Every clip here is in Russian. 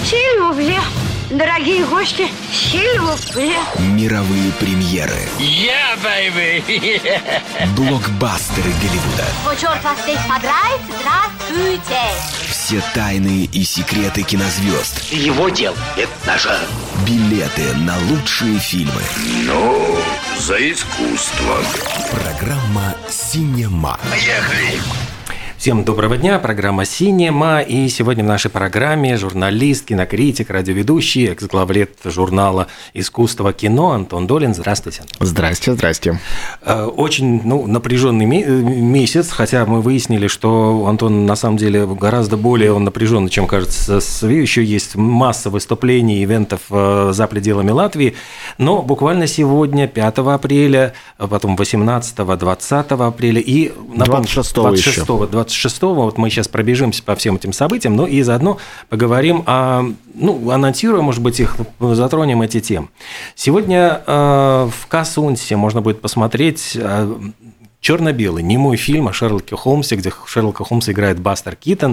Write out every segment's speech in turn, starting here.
Сильвупле. Дорогие гости, сильвупле. Мировые премьеры. baby. Блокбастеры Голливуда. О, черт вас здесь подрает, здравствуйте. Все тайны и секреты кинозвезд. Его дело, это наше. Билеты на лучшие фильмы. Ну, за искусство. Программа «Синема». Поехали! Всем доброго дня, программа «Синема», и сегодня в нашей программе журналист, кинокритик, радиоведущий, экс-главред журнала «Искусство кино» Антон Долин. Здравствуйте. Здрасте. Очень напряженный месяц, хотя мы выяснили, что Антон на самом деле гораздо более напряженный, чем кажется. Еще есть масса выступлений, ивентов за пределами Латвии, но буквально сегодня, 5 апреля, потом 18, 20 апреля и 26-го, вот мы сейчас пробежимся по всем этим событиям, но и заодно поговорим анонсируем, может быть, затронем эти темы. Сегодня в Касунсе можно будет посмотреть черно-белый немой фильм о Шерлоке Холмсе, где Шерлока Холмса играет Бастер Китон,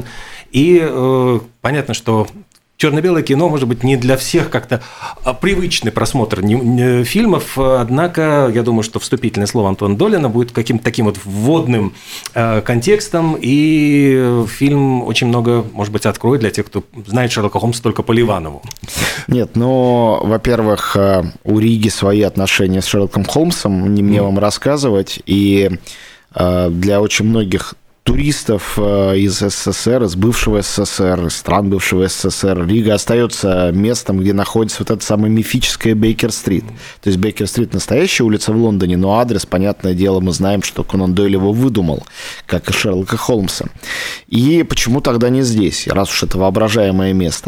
и понятно, что черно-белое кино, может быть, не для всех как-то привычный просмотр фильмов, однако я думаю, что вступительное слово Антона Долина будет каким-то таким вот вводным контекстом, и фильм очень много, может быть, откроет для тех, кто знает Шерлока Холмса только по Ливанову. Нет, во-первых, у Риги свои отношения с Шерлоком Холмсом, не мне вам рассказывать, и для очень многих туристов из СССР, из бывшего СССР, из стран бывшего СССР, Рига остается местом, где находится вот эта самая мифическая Бейкер-стрит. То есть Бейкер-стрит настоящая улица в Лондоне, но адрес, понятное дело, мы знаем, что Конан Дойль его выдумал, как и Шерлока Холмса. И почему тогда не здесь, раз уж это воображаемое место?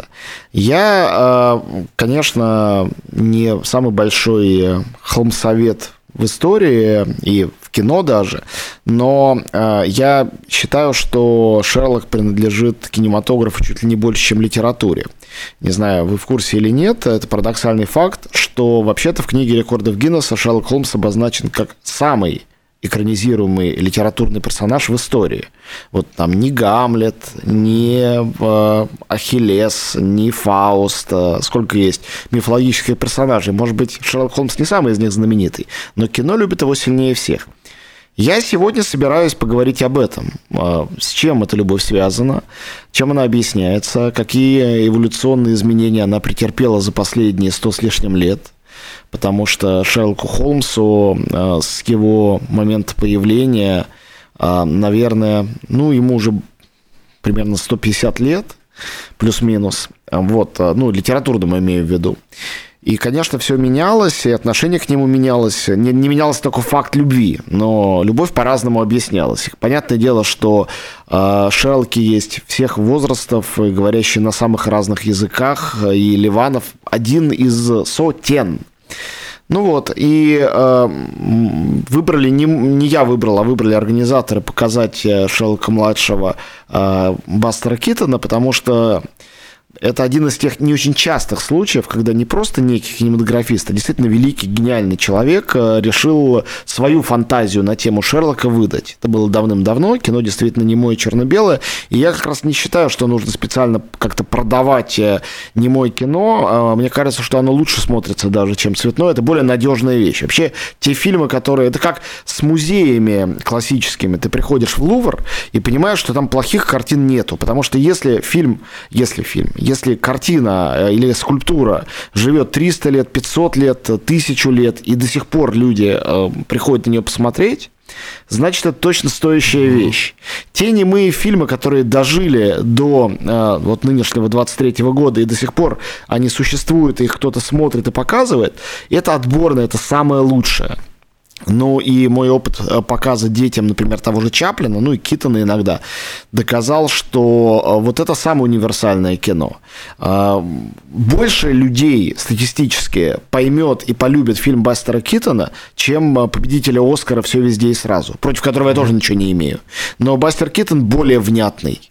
Я, конечно, не самый большой холмсовед в истории и в кино даже, но я считаю, что Шерлок принадлежит кинематографу чуть ли не больше, чем литературе. Не знаю, вы в курсе или нет, это парадоксальный факт, что вообще-то в книге рекордов Гиннесса Шерлок Холмс обозначен как самый экранизируемый литературный персонаж в истории. Вот там ни Гамлет, ни Ахиллес, ни Фауст, сколько есть мифологических персонажей. Может быть, Шерлок Холмс не самый из них знаменитый, но кино любит его сильнее всех. Я сегодня собираюсь поговорить об этом. С чем эта любовь связана, чем она объясняется, какие эволюционные изменения она претерпела за последние 100 с лишним лет. Потому что Шерлоку Холмсу с его момента появления, наверное, ему уже примерно 150 лет, плюс-минус, литературно я имею в виду. И, конечно, все менялось, и отношение к нему менялось. Не менялся только факт любви, но любовь по-разному объяснялась. Понятное дело, что Шерлоки есть всех возрастов, говорящие на самых разных языках, и Ливанов один из сотен. И выбрали, не я выбрал, а выбрали организаторы показать Шерлока-младшего Бастера Китона, потому что это один из тех не очень частых случаев, когда не просто некий кинематографист, а действительно великий, гениальный человек решил свою фантазию на тему Шерлока выдать. Это было давным-давно, кино действительно немое и черно-белое, и я как раз не считаю, что нужно специально как-то продавать немое кино. Мне кажется, что оно лучше смотрится даже, чем цветное. Это более надежная вещь. Вообще, те фильмы, которые... Это как с музеями классическими. Ты приходишь в Лувр и понимаешь, что там плохих картин нету, потому что если картина или скульптура живет 300 лет, 500 лет, 1000 лет, и до сих пор люди приходят на нее посмотреть, значит, это точно стоящая вещь. Те немые фильмы, которые дожили до нынешнего 23-го года, и до сих пор они существуют, и их кто-то смотрит и показывает, это отборно, это самое лучшее. И мой опыт показа детям, например, того же Чаплина, и Китона иногда, доказал, что вот это самое универсальное кино. Больше людей статистически поймет и полюбит фильм Бастера Китона, чем победителя Оскара «Все везде и сразу», против которого я тоже ничего не имею. Но Бастер Китон более внятный.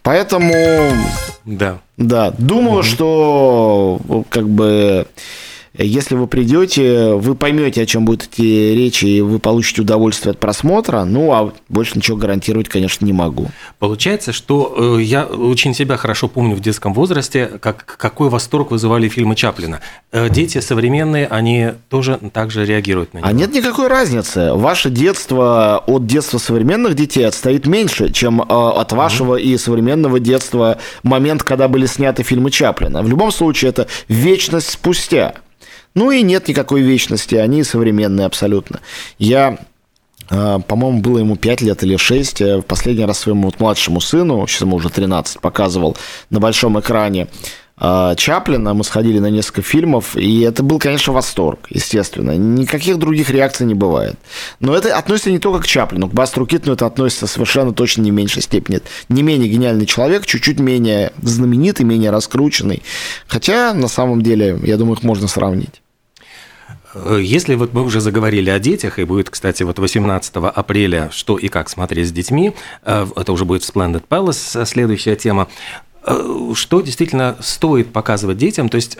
Поэтому, думаю, что Если вы придете, вы поймете, о чем будут эти речи, и вы получите удовольствие от просмотра, ну, а больше ничего гарантировать, конечно, не могу. Получается, что я очень себя хорошо помню в детском возрасте, какой восторг вызывали фильмы Чаплина. Дети современные, они тоже так же реагируют на него. А нет никакой разницы. Ваше детство от детства современных детей отстоит меньше, чем от вашего и современного детства момент, когда были сняты фильмы Чаплина. В любом случае, это вечность спустя. Ну и нет никакой вечности, они современные абсолютно. Я, по-моему, было ему 5 лет или 6, в последний раз своему вот младшему сыну, сейчас ему уже 13, показывал на большом экране Чаплина, мы сходили на несколько фильмов, и это был, конечно, восторг, естественно. Никаких других реакций не бывает. Но это относится не только к Чаплину, к Бастеру Китону это относится совершенно точно не в меньшей степени. Не менее гениальный человек, чуть-чуть менее знаменитый, менее раскрученный. Хотя, на самом деле, я думаю, их можно сравнить. Если вот мы уже заговорили о детях, и будет, кстати, вот 18 апреля «Что и как смотреть с детьми», это уже будет в Splendid Palace, следующая тема. Что действительно стоит показывать детям, то есть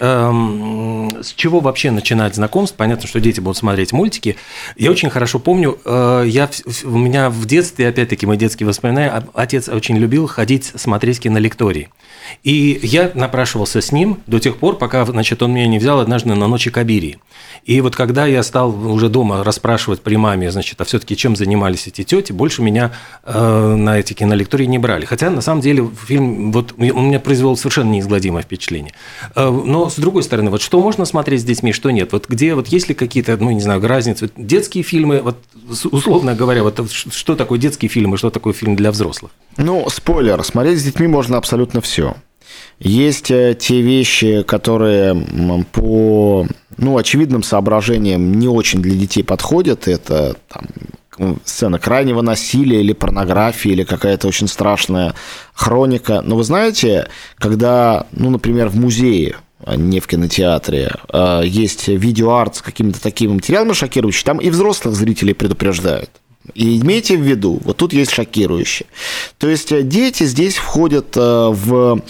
с чего вообще начинать знакомство? Понятно, что дети будут смотреть мультики. Я очень хорошо помню, у меня в детстве, опять-таки, мои детские воспоминания, отец очень любил ходить смотреть кинолектории. И я напрашивался с ним до тех пор, пока, значит, он меня не взял однажды на «Ночи Кабирии». И вот когда я стал уже дома расспрашивать при маме, значит, а все-таки чем занимались эти тети, больше меня на эти кинолектории не брали. Хотя, на самом деле, фильм вот, он меня произвел совершенно неизгладимое впечатление. Но, с другой стороны, вот что можно смотреть с детьми, что нет? Вот где, вот есть ли какие-то, ну, не знаю, разницы? Детские фильмы, вот, условно говоря, вот что такое детские фильмы, что такое фильм для взрослых? Ну, спойлер, смотреть с детьми можно абсолютно все. Есть те вещи, которые по очевидным соображениям не очень для детей подходят. Это там, сцена крайнего насилия или порнографии, или какая-то очень страшная хроника. Но вы знаете, когда, например, в музее, не в кинотеатре, есть видеоарт с какими-то такими материалами шокирующими, там и взрослых зрителей предупреждают. И имейте в виду, вот тут есть шокирующее. То есть дети здесь входят в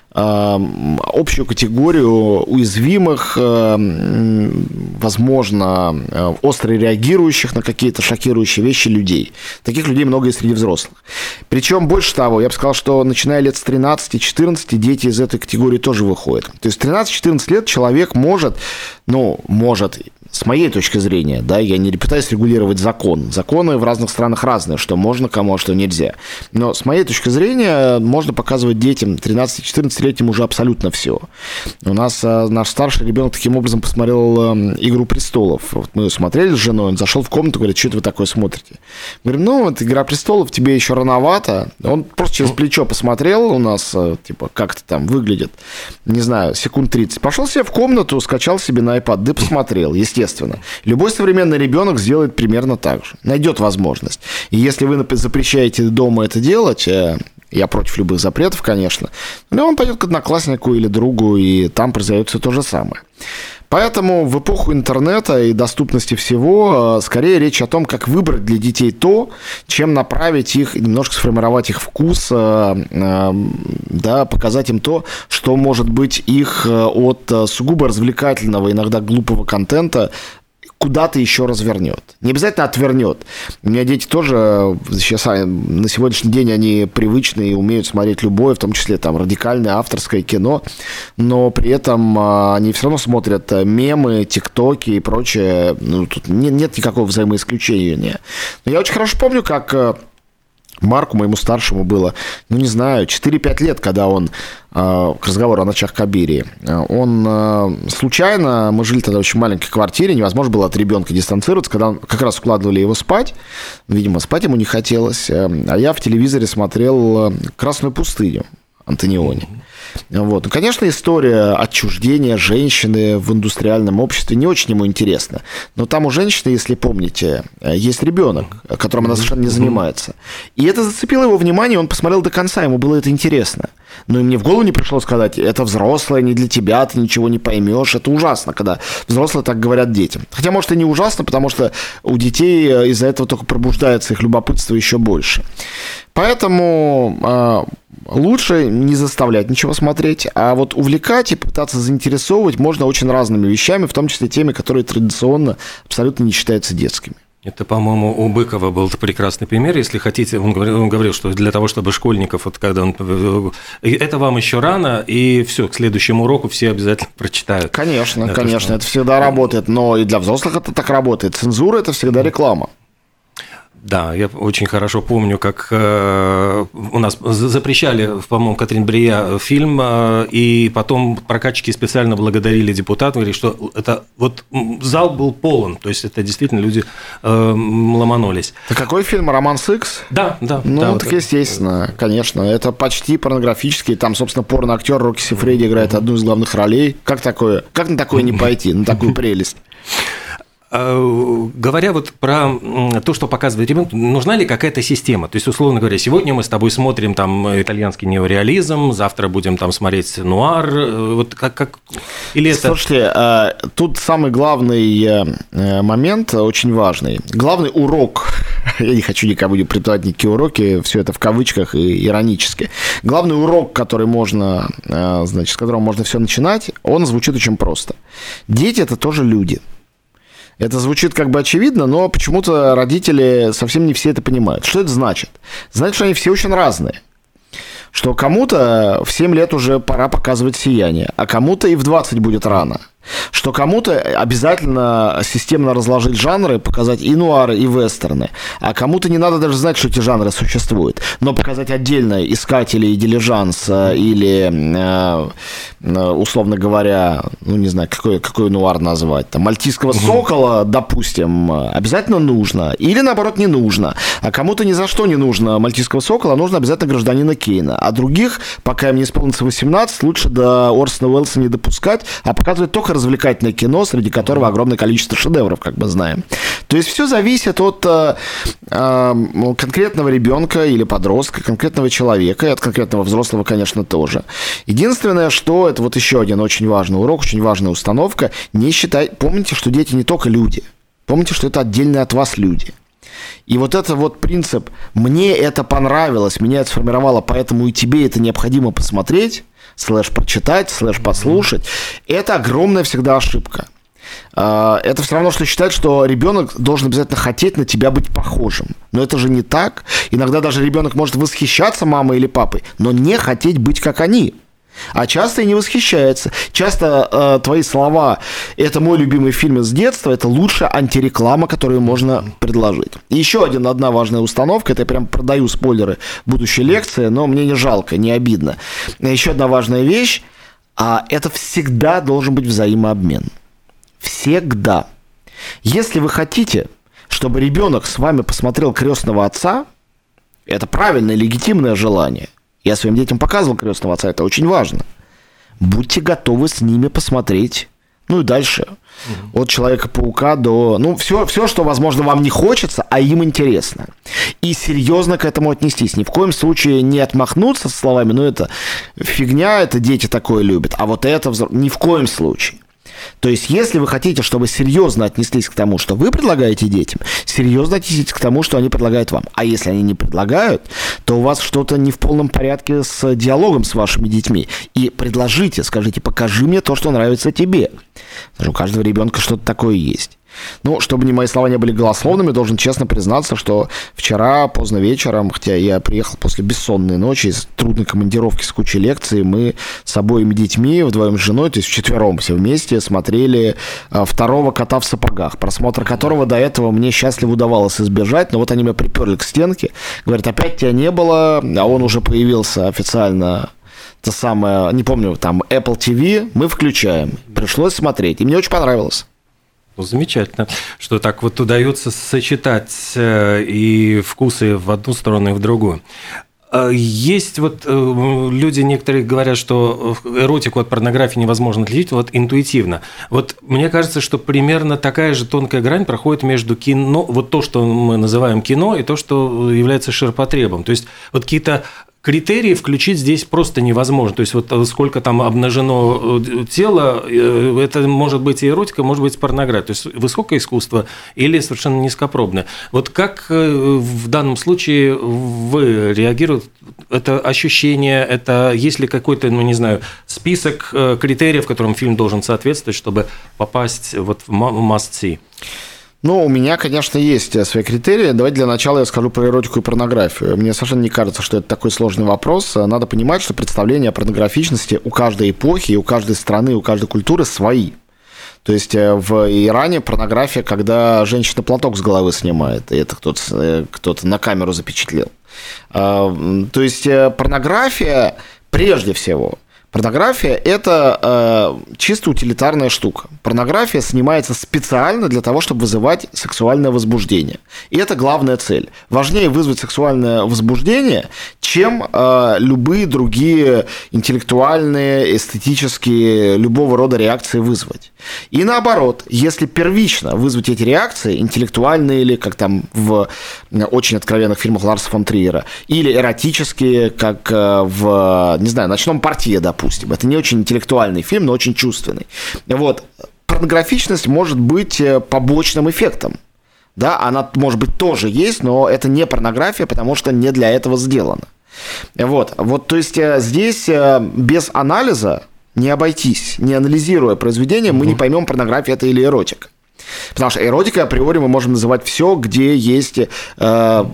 общую категорию уязвимых, возможно, остро реагирующих на какие-то шокирующие вещи людей. Таких людей много и среди взрослых. Причем, больше того, я бы сказал, что начиная лет с 13-14 дети из этой категории тоже выходят. То есть 13-14 лет человек может, с моей точки зрения, да, я не пытаюсь регулировать закон. Законы в разных странах разные, что можно кому, а что нельзя. Но с моей точки зрения можно показывать детям 13-14-летним уже абсолютно все. У нас наш старший ребенок таким образом посмотрел «Игру престолов». Вот мы смотрели с женой, он зашел в комнату, говорит, что это вы такое смотрите? Мы говорим, вот «Игра престолов», тебе еще рановато. Он просто через плечо посмотрел у нас, типа, как это там выглядит, не знаю, секунд 30. Пошел себе в комнату, скачал себе на iPad, да посмотрел, естественно. Любой современный ребенок сделает примерно так же. Найдет возможность. И если вы запрещаете дома это делать, я против любых запретов, конечно, но он пойдет к однокласснику или другу, и там произойдет все то же самое. Поэтому в эпоху интернета и доступности всего скорее речь о том, как выбрать для детей то, чем направить их, немножко сформировать их вкус, да, показать им то, что может быть их от сугубо развлекательного, иногда глупого контента куда-то еще развернет. Не обязательно отвернет. У меня дети тоже сейчас на сегодняшний день они привычны и умеют смотреть любое, в том числе там радикальное авторское кино, но при этом они все равно смотрят мемы, тиктоки и прочее. Тут нет никакого взаимоисключения. Но я очень хорошо помню, как Марку, моему старшему, было, 4-5 лет, когда он, к разговору о «Ночах Кабирии», он случайно, мы жили тогда в очень маленькой квартире, невозможно было от ребенка дистанцироваться, когда он, как раз укладывали его спать, видимо, спать ему не хотелось, а я в телевизоре смотрел «Красную пустыню» Антониони. Вот. Конечно, история отчуждения женщины в индустриальном обществе не очень ему интересна. Но там у женщины, если помните, есть ребенок, которым она совершенно не занимается. И это зацепило его внимание, он посмотрел до конца, ему было это интересно. Но и мне в голову не пришло сказать, это взрослое, не для тебя, ты ничего не поймешь. Это ужасно, когда взрослые так говорят детям. Хотя, может, и не ужасно, потому что у детей из-за этого только пробуждается их любопытство еще больше. Поэтому лучше не заставлять ничего смотреть, а вот увлекать и пытаться заинтересовывать можно очень разными вещами, в том числе теми, которые традиционно абсолютно не считаются детскими. Это, по-моему, у Быкова был прекрасный пример. Если хотите, он говорил, что для того, чтобы школьников, вот когда он... Это вам еще рано, и все, к следующему уроку все обязательно прочитают. Конечно, это всегда работает, но и для взрослых это так работает. Цензура – это всегда реклама. Да, я очень хорошо помню, как у нас запрещали, по-моему, Катрин Брия фильм, и потом прокатчики специально благодарили депутатов, говорили, что это вот зал был полон, то есть это действительно люди ломанулись. Это какой фильм? «Роман Икс»? Да. Ну, да, так естественно, конечно, это почти порнографический, там, собственно, порно-актер Рокки Сифреди играет одну из главных ролей. Как на такое не пойти, на такую прелесть? Говоря вот про то, что показывает ребенку, нужна ли какая-то система? То есть, условно говоря, сегодня мы с тобой смотрим там итальянский неореализм, завтра будем там смотреть нуар, вот как... Или это... Слушайте, тут самый главный момент, очень важный. Главный урок, я не хочу никому преподавать никакие уроки, все это в кавычках и иронически. Главный урок, который можно, значит, с которого можно все начинать, он звучит очень просто. Дети – это тоже люди. Это звучит как бы очевидно, но почему-то родители совсем не все это понимают. Что это значит? Значит, что они все очень разные. Что кому-то в 7 лет уже пора показывать сияние, а кому-то и в 20 будет рано. Что кому-то обязательно системно разложить жанры, показать и нуары, и вестерны, а кому-то не надо даже знать, что эти жанры существуют, но показать отдельно «Искатели» и «Дилижанс» или, условно говоря, ну, не знаю, какой нуар назвать, там, «Мальтийского сокола», допустим, обязательно нужно, или, наоборот, не нужно, а кому-то ни за что не нужно «Мальтийского сокола», а нужно обязательно «Гражданина Кейна», а других, пока им не исполнится 18, лучше до Орсона Уэллса не допускать, а показывать только развлекательное кино, среди которого огромное количество шедевров, как мы знаем. То есть все зависит от конкретного ребенка или подростка, конкретного человека, и от конкретного взрослого, конечно, тоже. Единственное, что это вот еще один очень важный урок, очень важная установка. Помните, что дети не только люди. Помните, что это отдельные от вас люди. И вот это вот принцип «мне это понравилось, меня это сформировало, поэтому и тебе это необходимо посмотреть», /прочитать, /послушать, это огромная всегда ошибка. Это все равно, что считать, что ребенок должен обязательно хотеть на тебя быть похожим. Но это же не так. Иногда даже ребенок может восхищаться мамой или папой, но не хотеть быть как они. А часто и не восхищается. Часто твои слова «это мой любимый фильм из детства» – это лучшая антиреклама, которую можно предложить. И еще одна важная установка, это я прям продаю спойлеры будущей лекции, но мне не жалко, не обидно. Еще одна важная вещь – это всегда должен быть взаимообмен. Всегда. Если вы хотите, чтобы ребенок с вами посмотрел «Крестного отца», это правильное, легитимное желание. Я своим детям показывал «Крестного отца», это очень важно. Будьте готовы с ними посмотреть. Ну и дальше. От Человека-паука до... Ну, все, что, возможно, вам не хочется, а им интересно. И серьезно к этому отнестись. Ни в коем случае не отмахнуться со словами, ну, это фигня, это дети такое любят, а вот это... Ни в коем случае. То есть, если вы хотите, чтобы серьезно отнеслись к тому, что вы предлагаете детям, серьезно отнеситесь к тому, что они предлагают вам. А если они не предлагают, то у вас что-то не в полном порядке с диалогом с вашими детьми. И предложите, скажите, покажи мне то, что нравится тебе. Потому что у каждого ребенка что-то такое есть. Ну, чтобы мои слова не были голословными, должен честно признаться, что вчера поздно вечером, хотя я приехал после бессонной ночи, из трудной командировки с кучей лекций, мы с обоими детьми, вдвоем с женой, то есть вчетвером все вместе смотрели «Второго кота в сапогах», просмотр которого до этого мне счастливо удавалось избежать, но вот они меня приперли к стенке, говорят, опять тебя не было, а он уже появился официально. Это самое, не помню, там Apple TV, мы включаем, пришлось смотреть, и мне очень понравилось. Ну, замечательно, что так вот удается сочетать и вкусы в одну сторону и в другую. Есть вот люди, некоторые говорят, что эротику от порнографии невозможно отличить вот интуитивно. Вот мне кажется, что примерно такая же тонкая грань проходит между кино, вот то, что мы называем кино, и то, что является ширпотребом. То есть вот какие-то критерии включить здесь просто невозможно. То есть вот сколько там обнажено тело, это может быть и эротика, может быть порнография. То есть высокое искусство или совершенно низкопробное. Вот как в данном случае вы реагируете? Это ощущение, это есть ли какой-то, ну не знаю, список критериев, которым фильм должен соответствовать, чтобы попасть вот в must-see? Ну, у меня, конечно, есть свои критерии. Давайте для начала я скажу про эротику и порнографию. Мне совершенно не кажется, что это такой сложный вопрос. Надо понимать, что представления о порнографичности у каждой эпохи, у каждой страны, у каждой культуры свои. То есть в Иране порнография, когда женщина платок с головы снимает, и это кто-то на камеру запечатлел. То есть порнография, прежде всего, порнография – это чисто утилитарная штука. Порнография снимается специально для того, чтобы вызывать сексуальное возбуждение. И это главная цель. Важнее вызвать сексуальное возбуждение, чем любые другие интеллектуальные, эстетические, любого рода реакции вызвать. И наоборот, если первично вызвать эти реакции, интеллектуальные или, как там в очень откровенных фильмах Ларса фон Триера, или эротические, как в, не знаю, «Ночном портье», допустим. Это не очень интеллектуальный фильм, но очень чувственный. Вот. Порнографичность может быть побочным эффектом. Да, она, может быть, тоже есть, но это не порнография, потому что не для этого сделано. Вот, то есть здесь без анализа не обойтись. Не анализируя произведение, мы не поймем, порнография это или эротика. Потому что эротикой априори мы можем называть все, где есть то,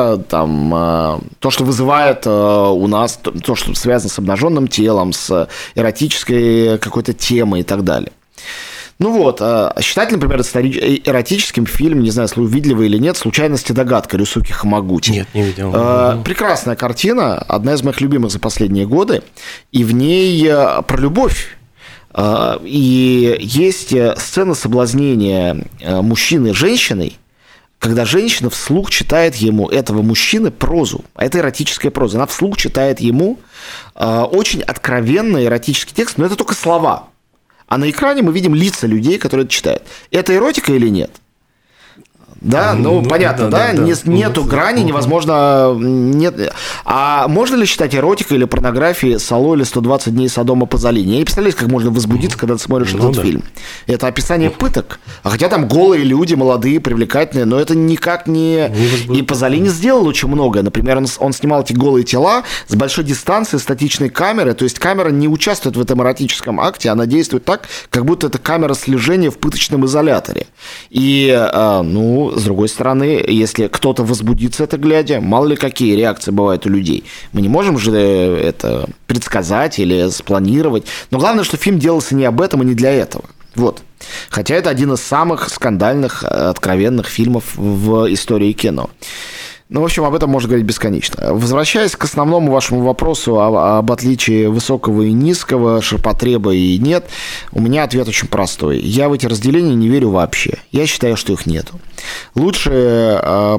что вызывает у нас, то, что связано с обнаженным телом, с эротической какой-то темой и так далее. Ну вот, считать, например, эротическим фильм, не знаю, если вы видели вы или нет, «Случайность и догадка» Рюсуки Хамагути. Нет, не видел. Прекрасная картина, одна из моих любимых за последние годы, и в ней про любовь. И есть сцена соблазнения мужчины женщиной, когда женщина вслух читает ему, этого мужчины, прозу. А это эротическая проза. Она вслух читает ему очень откровенный эротический текст, но это только слова. А на экране мы видим лица людей, которые это читают. Это эротика или нет? Да, понятно, да? Нету грани, невозможно... Нет. А можно ли считать эротикой или порнографией «Сало» или «120 дней Содома по Залине»? Я не представляю, как можно возбудиться, когда ты смотришь этот фильм. Это описание пыток. А хотя там голые люди, молодые, привлекательные, но это никак не... И Пазолини сделал очень многое. Например, он снимал эти голые тела с большой дистанции, статичной камеры. То есть камера не участвует в этом эротическом акте, она действует так, как будто это камера слежения в пыточном изоляторе. И, с другой стороны, если кто-то возбудится это глядя, мало ли какие реакции бывают у людей. Мы не можем же это предсказать или спланировать. Но главное, что фильм делался не об этом и не для этого. Вот. Хотя это один из самых скандальных, откровенных фильмов в истории кино. Ну, в общем, об этом можно говорить бесконечно. Возвращаясь к основному вашему вопросу об отличии высокого и низкого, ширпотреба и нет, у меня ответ очень простой. Я в эти разделения не верю вообще. Я считаю, что их нету. Лучшие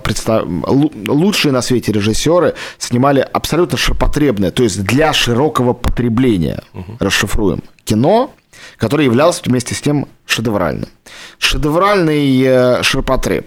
на свете режиссеры снимали абсолютно ширпотребное, то есть для широкого потребления, расшифруем, кино, которое являлось вместе с тем шедевральным. Шедевральный ширпотреб.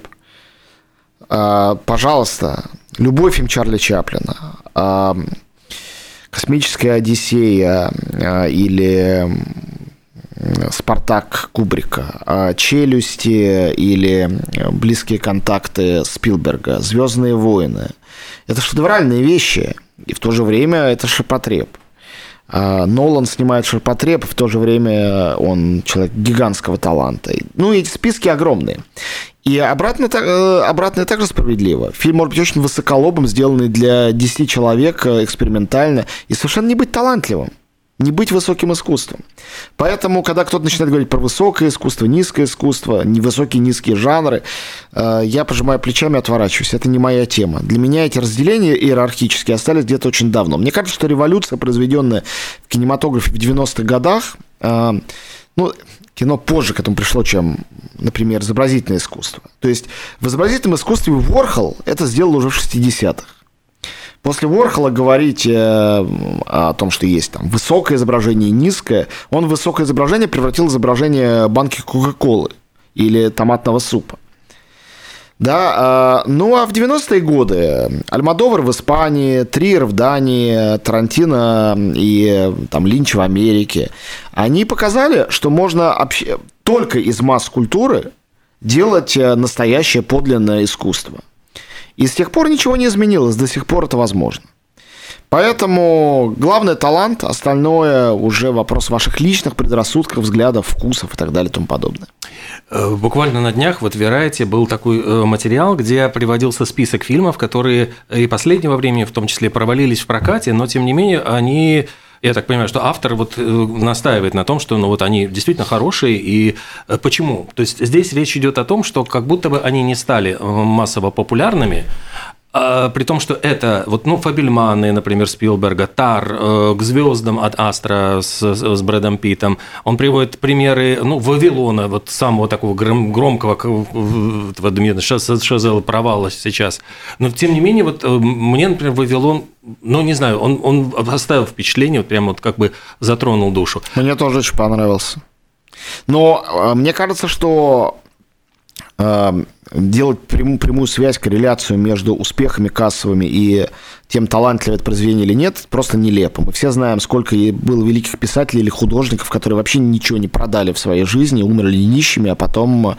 Пожалуйста, любой фильм Чарли Чаплина, «Космическая Одиссея» или «Спартак» Кубрика, «Челюсти» или «Близкие контакты» Спилберга, «Звездные войны». Это шедевральные вещи, и в то же время это ширпотреб. Нолан снимает ширпотреб, в то же время он человек гигантского таланта. Ну, эти списки огромные. И обратное также справедливо. Фильм может быть очень высоколобым, сделанный для 10 человек экспериментально, и совершенно не быть талантливым, не быть высоким искусством. Поэтому, когда кто-то начинает говорить про высокое искусство, невысокие, низкие жанры, я пожимаю плечами и отворачиваюсь. Это не моя тема. Для меня эти разделения иерархические остались где-то очень давно. Мне кажется, что революция, произведенная в кинематографе в 90-х годах, кино позже к этому пришло, чем, например, изобразительное искусство. То есть в изобразительном искусстве Уорхол это сделал уже в 60-х. После Уорхола говорить о том, что есть там высокое изображение и низкое, он в высокое изображение превратил изображение банки Кока-Колы или томатного супа. Да, ну а в 90-е годы Альмодовар в Испании, Триер в Дании, Тарантино и там Линч в Америке, они показали, что можно только из масс-культуры делать настоящее подлинное искусство. И с тех пор ничего не изменилось, до сих пор это возможно. Поэтому главный талант, остальное уже вопрос ваших личных предрассудков, взглядов, вкусов и так далее и тому подобное. Буквально на днях вот в Variety был такой материал, где приводился список фильмов, которые и последнего времени в том числе провалились в прокате, но тем не менее они... Я так понимаю, что автор вот настаивает на том, что ну, вот они действительно хорошие. И почему? То есть здесь речь идет о том, что как будто бы они не стали массово популярными, при том, что это вот, ну, «Фабельманы», например, Спилберга, «Тар», «К звездам» от Астра с Брэдом Питтом. Он приводит примеры, ну, «Вавилона», вот самого такого громкого Шазела провала сейчас. Но, тем не менее, вот мне, например, «Вавилон», ну, не знаю, он оставил впечатление, вот прямо вот как бы затронул душу. Мне тоже очень понравился. Но мне кажется, что... делать прямую связь, корреляцию между успехами кассовыми и тем, талантливое это произведение или нет, просто нелепо. Мы все знаем, сколько было великих писателей или художников, которые вообще ничего не продали в своей жизни, умерли нищими, а потом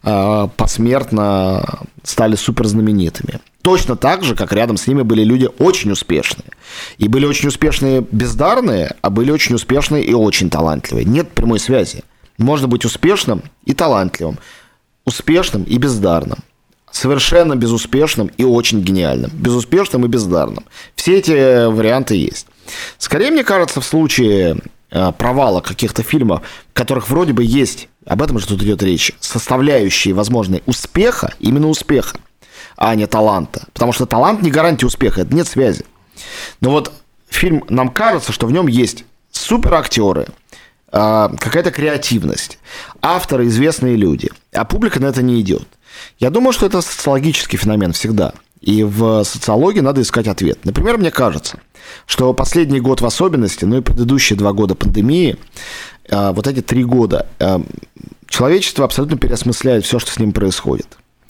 посмертно стали суперзнаменитыми. Точно так же, как рядом с ними были люди очень успешные. И были очень успешные бездарные, а были очень успешные и очень талантливые. Нет прямой связи. Можно быть успешным и талантливым, успешным и бездарным, совершенно безуспешным и очень гениальным, безуспешным и бездарным. Все эти варианты есть. Скорее, мне кажется, в случае провала каких-то фильмов, в которых вроде бы есть, об этом же тут идет речь, составляющие возможные успеха, именно успеха, а не таланта. Потому что талант не гарантия успеха, это нет связи. Но вот фильм, нам кажется, что в нем есть суперактеры, какая-то креативность, авторы, известные люди, а публика на это не идет. Я думаю, что это социологический феномен всегда, и в социологии надо искать ответ. Например, мне кажется, что последний год в особенности, ну и предыдущие 2 года пандемии, вот эти 3 года, человечество абсолютно переосмысляет все, что с ним происходит.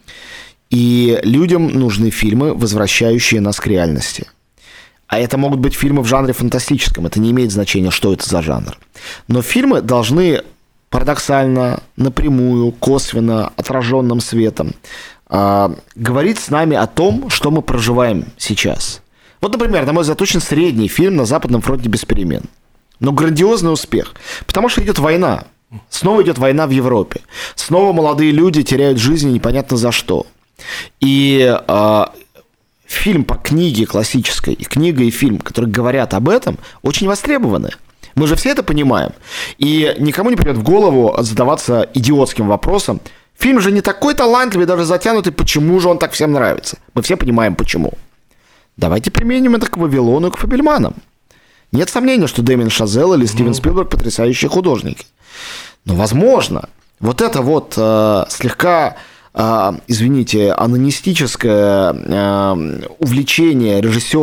И людям нужны фильмы, возвращающие нас к реальности. А это могут быть фильмы в жанре фантастическом, это не имеет значения, что это за жанр. Но фильмы должны парадоксально, напрямую, косвенно, отраженным светом говорить с нами о том, что мы проживаем сейчас. Вот, например, на мой взгляд, очень средний фильм «На Западном фронте без перемен». Но грандиозный успех, потому что идет война. Снова идет война в Европе. Снова молодые люди теряют жизни непонятно за что. И... фильм по книге классической, и книга, и фильм, которые говорят об этом, очень востребованы. Мы же все это понимаем. И никому не придет в голову задаваться идиотским вопросом. Фильм же не такой талантливый, даже затянутый, почему же он так всем нравится? Мы все понимаем, почему. Давайте применим это к «Вавилону» и к «Фабельманам». Нет сомнения, что Дэмиен Шазел или Стивен Спилберг потрясающие художники. Но, возможно, вот это вот слегка... извините, анонистическое увлечение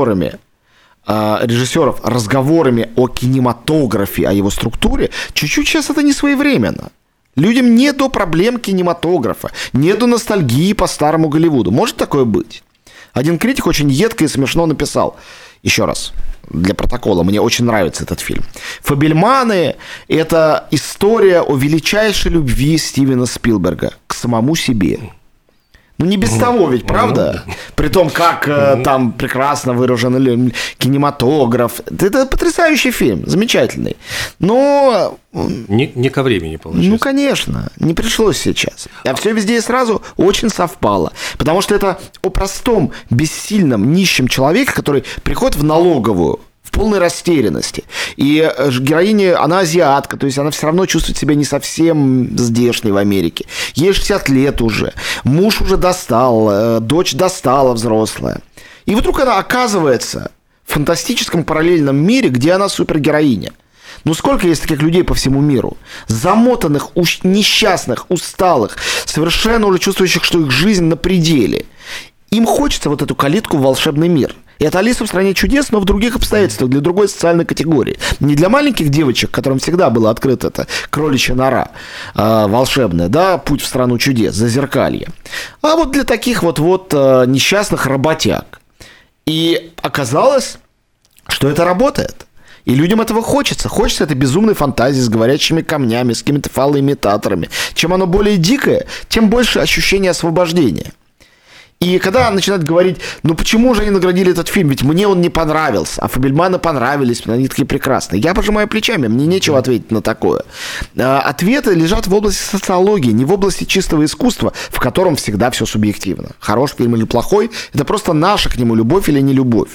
режиссеров разговорами о кинематографе, о его структуре, чуть-чуть сейчас это не своевременно. Людям не до проблем кинематографа, не до ностальгии по старому Голливуду. Может такое быть? Один критик очень едко и смешно написал, еще раз, для протокола, мне очень нравится этот фильм. «Фабельманы» – это история о величайшей любви Стивена Спилберга к самому себе. Ну, не без того ведь, правда? При том, как там прекрасно выражен кинематограф. Это потрясающий фильм, замечательный. Но... Не ко времени, получается. Ну, конечно, не пришлось сейчас. А все везде и сразу очень совпало. Потому что это о простом, бессильном, нищем человеке, который приходит в налоговую, в полной растерянности. И героиня, она азиатка, то есть она все равно чувствует себя не совсем здешней в Америке. Ей 60 лет уже, муж уже достал, дочь достала взрослая. И вдруг она оказывается в фантастическом параллельном мире, где она супергероиня. Ну сколько есть таких людей по всему миру? Замотанных, несчастных, усталых, совершенно уже чувствующих, что их жизнь на пределе. Им хочется вот эту калитку в волшебный мир. Это «Алиса в стране чудес», но в других обстоятельствах, для другой социальной категории. Не для маленьких девочек, которым всегда была открыта эта кроличья нора волшебная, да, «Путь в страну чудес», «Зазеркалье». А вот для таких вот несчастных работяг. И оказалось, что это работает. И людям этого хочется. Хочется этой безумной фантазии с говорящими камнями, с какими-то фалоимитаторами. Чем оно более дикое, тем больше ощущение освобождения. И когда начинают говорить, ну почему же они наградили этот фильм, ведь мне он не понравился, а Фабельманы понравились, они такие прекрасные. Я пожимаю плечами, мне нечего ответить на такое. Ответы лежат в области социологии, не в области чистого искусства, в котором всегда все субъективно. Хороший фильм или плохой, это просто наша к нему любовь или не любовь.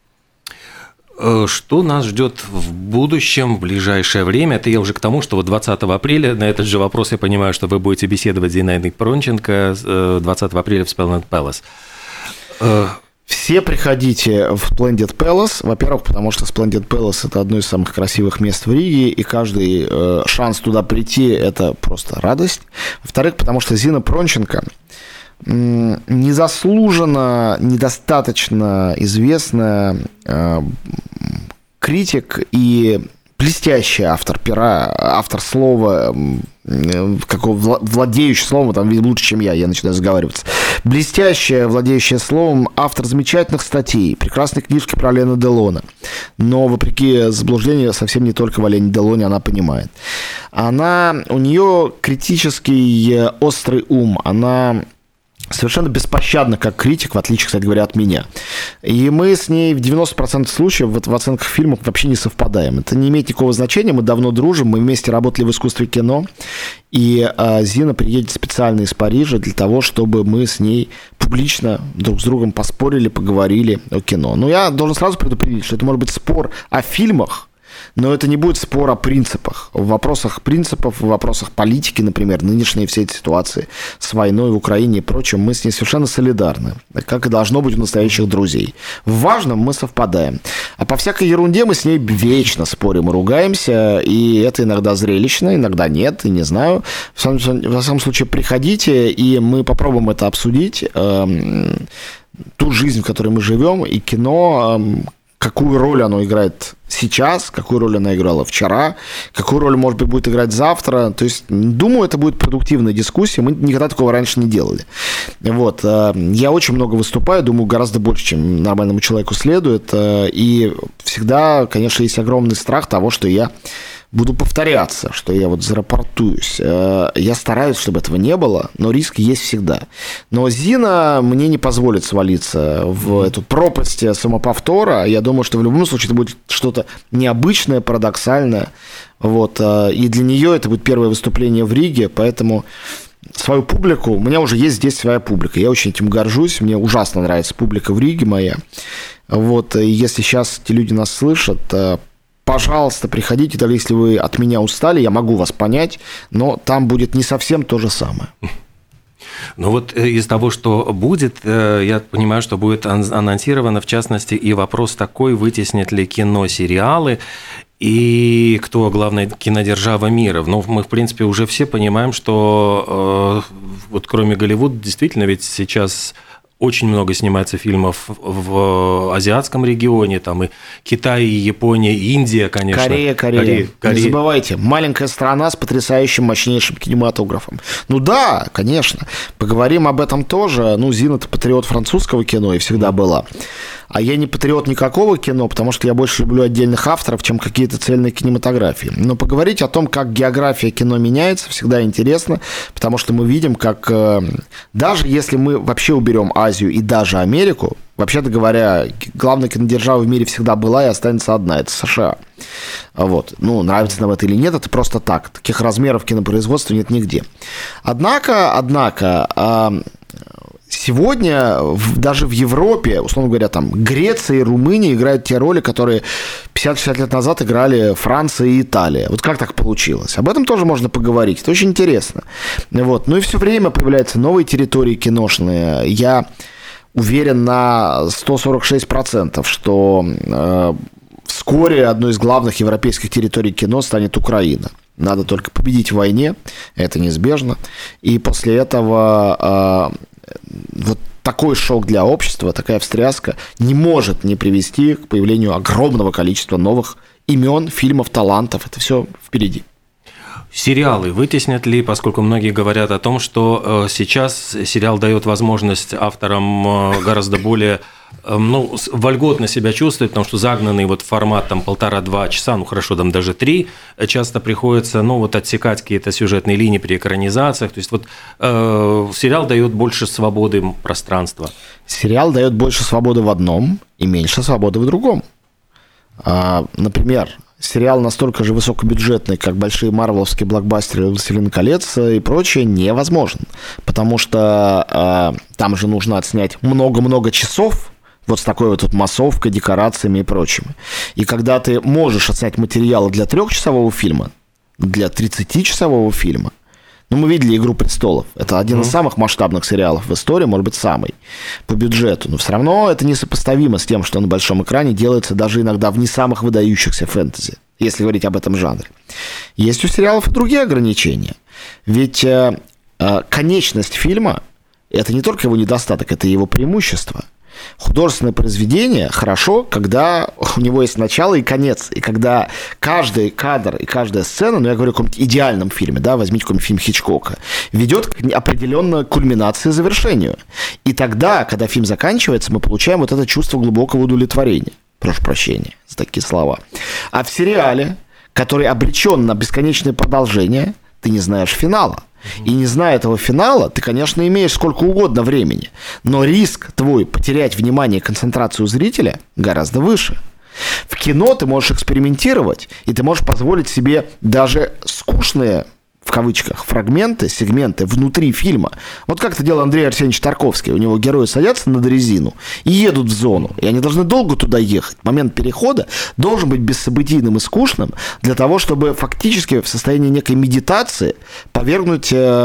Что нас ждет в будущем, в ближайшее время? Это я уже к тому, что вот 20 апреля, на этот же вопрос я понимаю, что вы будете беседовать с Зинаидой Пронченко 20 апреля в Splendid Palace. Все приходите в Splendid Palace, во-первых, потому что Splendid Palace – это одно из самых красивых мест в Риге, и каждый шанс туда прийти – это просто радость. Во-вторых, потому что Зина Пронченко незаслуженно, недостаточно известная критик и блестящий автор пера, автор слова, владеющий словом, там лучше, чем я начинаю заговариваться. Блестящая, владеющая словом, автор замечательных статей, прекрасной книжки про Алену Делона. Но, вопреки заблуждению, совсем не только в Алене Делоне она понимает. У нее критический острый ум, она совершенно беспощадна как критик, в отличие, кстати говоря, от меня. И мы с ней в 90% случаев в оценках фильмов вообще не совпадаем. Это не имеет никакого значения, мы давно дружим, мы вместе работали в искусстве кино, и Зина приедет специально из Парижа для того, чтобы мы с ней публично друг с другом поспорили, поговорили о кино. Но я должен сразу предупредить, что это может быть спор о фильмах, но это не будет спор о принципах. В вопросах принципов, в вопросах политики, например, нынешние все эти ситуации с войной в Украине и прочим, мы с ней совершенно солидарны, как и должно быть у настоящих друзей. В важном мы совпадаем. А по всякой ерунде мы с ней вечно спорим и ругаемся, и это иногда зрелищно, иногда нет, и не знаю. Во всяком случае, приходите, и мы попробуем это обсудить, ту жизнь, в которой мы живем, и кино, какую роль оно играет сейчас, какую роль она играла вчера, какую роль, может быть, будет играть завтра. То есть, думаю, это будет продуктивная дискуссия. Мы никогда такого раньше не делали. Вот. Я очень много выступаю, думаю, гораздо больше, чем нормальному человеку следует. И всегда, конечно, есть огромный страх того, что я буду повторяться, что я зарапортуюсь. Я стараюсь, чтобы этого не было, но риск есть всегда. Но Зина мне не позволит свалиться в эту пропасть самоповтора. Я думаю, что в любом случае это будет что-то необычное, парадоксальное. Вот. И для нее это будет первое выступление в Риге, поэтому свою публику, у меня уже есть здесь своя публика. Я очень этим горжусь, мне ужасно нравится публика в Риге моя. Вот. И если сейчас эти люди нас слышат, пожалуйста, приходите, даже если вы от меня устали, я могу вас понять, но там будет не совсем то же самое. Ну вот из того, что будет, я понимаю, что будет анонсировано, в частности, и вопрос такой, вытеснят ли кино сериалы, и кто главная кинодержава мира. Ну, мы, в принципе, уже все понимаем, что вот кроме Голливуда, действительно, ведь сейчас очень много снимается фильмов в азиатском регионе, там и Китай, и Япония, и Индия, конечно. Корея. Не забывайте, маленькая страна с потрясающим, мощнейшим кинематографом. Ну да, конечно, поговорим об этом тоже. Ну, Зина-то патриот французского кино и всегда была. А я не патриот никакого кино, потому что я больше люблю отдельных авторов, чем какие-то цельные кинематографии. Но поговорить о том, как география кино меняется, всегда интересно, потому что мы видим, как даже если мы вообще уберем Азию и даже Америку, вообще-то говоря, главная кинодержава в мире всегда была и останется одна – это США. Вот. Ну, нравится нам это или нет, это просто так. Таких размеров кинопроизводства нет нигде. Однако сегодня даже в Европе, условно говоря, там Греция и Румыния играют те роли, которые 50-60 лет назад играли Франция и Италия. Вот как так получилось? Об этом тоже можно поговорить. Это очень интересно. Вот. Ну и все время появляются новые территории киношные. Я уверен на 146%, что вскоре одной из главных европейских территорий кино станет Украина. Надо только победить в войне, это неизбежно. И после этого вот такой шок для общества, такая встряска не может не привести к появлению огромного количества новых имен, фильмов, талантов. Это все впереди. Сериалы вытеснят ли, поскольку многие говорят о том, что сейчас сериал дает возможность авторам гораздо более вольготно себя чувствовать, потому что загнанный вот формат там 1,5-2 часа, ну хорошо, там даже 3, часто приходится, отсекать какие-то сюжетные линии при экранизациях. То есть вот сериал дает больше свободы пространства. Сериал дает больше свободы в одном и меньше свободы в другом. Например, сериал настолько же высокобюджетный, как большие марвеловские блокбастеры «Властелин колец» и прочее, невозможен. Потому что там же нужно отснять много-много часов, вот с такой вот массовкой, декорациями и прочим. И когда ты можешь отснять материалы для 3-часового фильма, для 30-часового фильма, мы видели «Игру престолов». Это один из самых масштабных сериалов в истории, может быть, самый по бюджету. Но все равно это несопоставимо с тем, что на большом экране делается даже иногда в не самых выдающихся фэнтези, если говорить об этом жанре. Есть у сериалов и другие ограничения. Ведь конечность фильма – это не только его недостаток, это его преимущество. Художественное произведение хорошо, когда у него есть начало и конец, и когда каждый кадр и каждая сцена, я говорю о каком-нибудь идеальном фильме, возьмите какой-нибудь фильм Хичкока, ведет к определенной кульминации и завершению. И тогда, когда фильм заканчивается, мы получаем вот это чувство глубокого удовлетворения. Прошу прощения за такие слова. А в сериале, который обречен на бесконечное продолжение, ты не знаешь финала. И не зная этого финала, ты, конечно, имеешь сколько угодно времени, но риск твой потерять внимание и концентрацию зрителя гораздо выше. В кино ты можешь экспериментировать, и ты можешь позволить себе даже скучные, в кавычках, фрагменты, сегменты внутри фильма. Вот как это делал Андрей Арсеньевич Тарковский. У него герои садятся на дрезину и едут в зону. И они должны долго туда ехать. Момент перехода должен быть бессобытийным и скучным для того, чтобы фактически в состоянии некой медитации повергнуть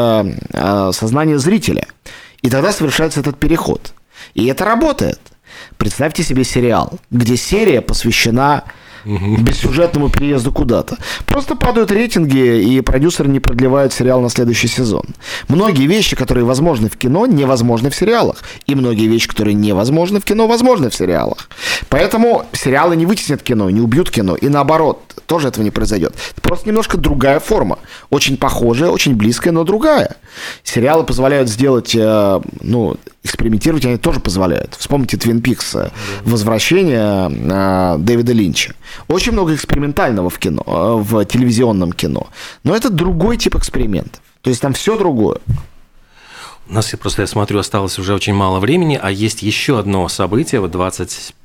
сознание зрителя. И тогда совершается этот переход. И это работает. Представьте себе сериал, где серия посвящена бессюжетному переезду куда-то. Просто падают рейтинги, и продюсеры не продлевают сериал на следующий сезон. Многие вещи, которые возможны в кино, невозможны в сериалах. И многие вещи, которые невозможны в кино, возможны в сериалах. Поэтому сериалы не вытеснят кино, не убьют кино. И наоборот, тоже этого не произойдет. Это просто немножко другая форма. Очень похожая, очень близкая, но другая. Сериалы позволяют сделать, экспериментировать они тоже позволяют. Вспомните «Твин Пикс», «Возвращение» Дэвида Линча. Очень много экспериментального в кино, в телевизионном кино. Но это другой тип экспериментов. То есть там все другое. У нас, я смотрю, осталось уже очень мало времени, а есть еще одно событие, 26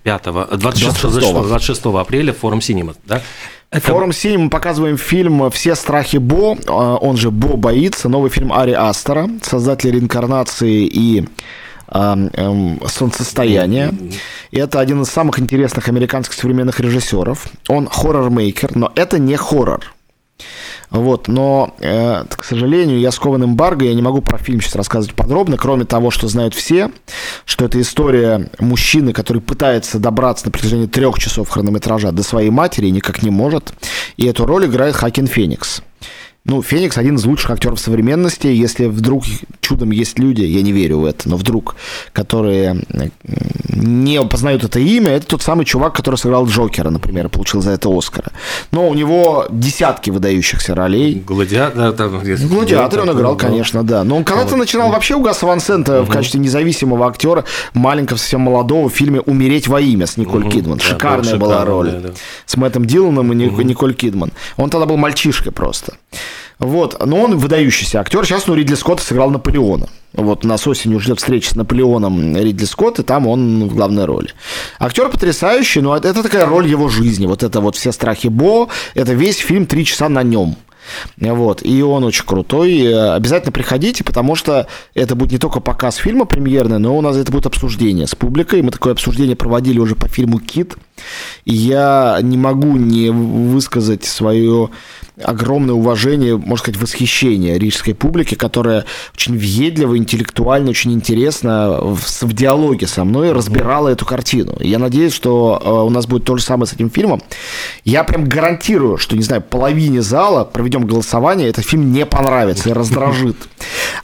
апреля, Форум Синема, да? Форум Синема мы показываем фильм «Все страхи Бо», он же «Бо боится», новый фильм Ари Астера, создателя «Реинкарнации» и «Солнцестояние». И это один из самых интересных американских современных режиссеров. Он хоррор-мейкер, но это не хоррор. Но, к сожалению, я скован эмбарго, я не могу про фильм сейчас рассказывать подробно, кроме того, что знают все, что это история мужчины, который пытается добраться на протяжении 3 часов хронометража до своей матери и никак не может. И эту роль играет Хоакин Феникс. Феникс – один из лучших актеров современности. Если вдруг чудом есть люди, я не верю в это, но вдруг, которые не познают это имя, это тот самый чувак, который сыграл Джокера, например, и получил за это Оскара. Но у него десятки выдающихся ролей. Гладиатор он играл, конечно, да. Но он когда-то начинал вообще у Гаса Ван Сента в качестве независимого актера, маленького, совсем молодого, в фильме «Умереть во имя» с Николь Кидман. Шикарная была роль. Да. С Мэттом Диланом и Николь Кидман. Он тогда был мальчишкой просто. Но он выдающийся актер. Сейчас Ридли Скотт сыграл Наполеона. Нас осенью ждет встреча с Наполеоном Ридли Скотт, и там он в главной роли. Актер потрясающий, но это такая роль его жизни. Это «Все страхи Бо», это весь фильм 3 часа на нем. И он очень крутой. Обязательно приходите, потому что это будет не только показ фильма премьерный, но у нас это будет обсуждение с публикой. Мы такое обсуждение проводили уже по фильму «Кит». И я не могу не высказать свое огромное уважение, можно сказать, восхищение рижской публики, которая очень въедливо, интеллектуально, очень интересно в диалоге со мной разбирала эту картину. И я надеюсь, что у нас будет то же самое с этим фильмом. Я прям гарантирую, что, половине зала проведем голосование, этот фильм не понравится и раздражит.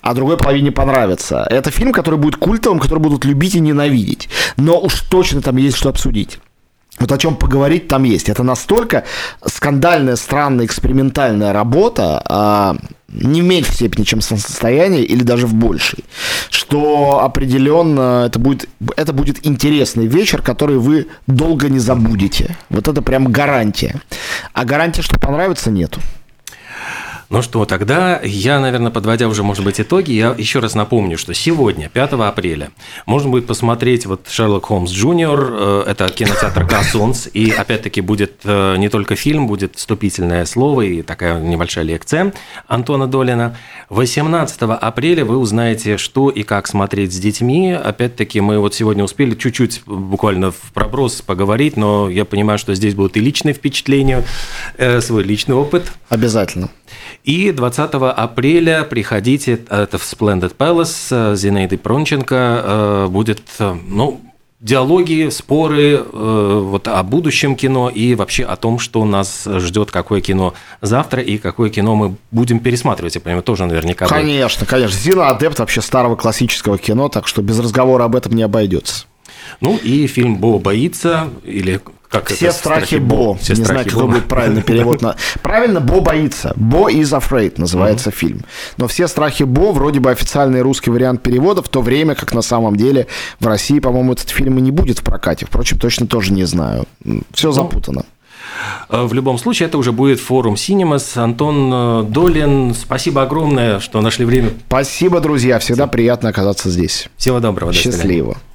а другой половине понравится. Это фильм, который будет культовым, который будут любить и ненавидеть. Но уж точно там есть что обсудить. Вот о чем поговорить там есть. Это настолько скандальная, странная, экспериментальная работа, не в меньшей степени, чем «Солнцестояние», или даже в большей, что определенно это будет интересный вечер, который вы долго не забудете. Вот это прям гарантия. А гарантии, что понравится, нету. Ну что, тогда я, наверное, подводя уже, может быть, итоги, я еще раз напомню, что сегодня, 5 апреля, можно будет посмотреть вот «Шерлок Холмс Джуниор», это кинотеатр Кассунс, и опять-таки будет не только фильм, будет вступительное слово и такая небольшая лекция Антона Долина. 18 апреля вы узнаете, что и как смотреть с детьми. Опять-таки мы вот сегодня успели чуть-чуть буквально в проброс поговорить, но я понимаю, что здесь будут и личные впечатления, свой личный опыт. Обязательно. И 20 апреля приходите, это в Splendid Palace, Зинаиды Пронченко, будет, диалоги, споры вот о будущем кино и вообще о том, что нас ждет, какое кино завтра и какое кино мы будем пересматривать. Я понимаю, тоже наверняка. Конечно. Зина адепт вообще старого классического кино, так что без разговора об этом не обойдется. Ну и фильм «Бо боится» или... Все страхи Бо. Не знаю, какой будет правильный перевод. Правильно, Бо боится. Бо is afraid называется фильм. Но все страхи Бо вроде бы официальный русский вариант перевода, в то время как на самом деле в России, по-моему, этот фильм и не будет в прокате. Впрочем, точно тоже не знаю. Все запутано. В любом случае, это уже будет форум Cinemas. Антон Долин, спасибо огромное, что нашли время. Спасибо, друзья. Всегда приятно оказаться здесь. Всего доброго. Счастливо.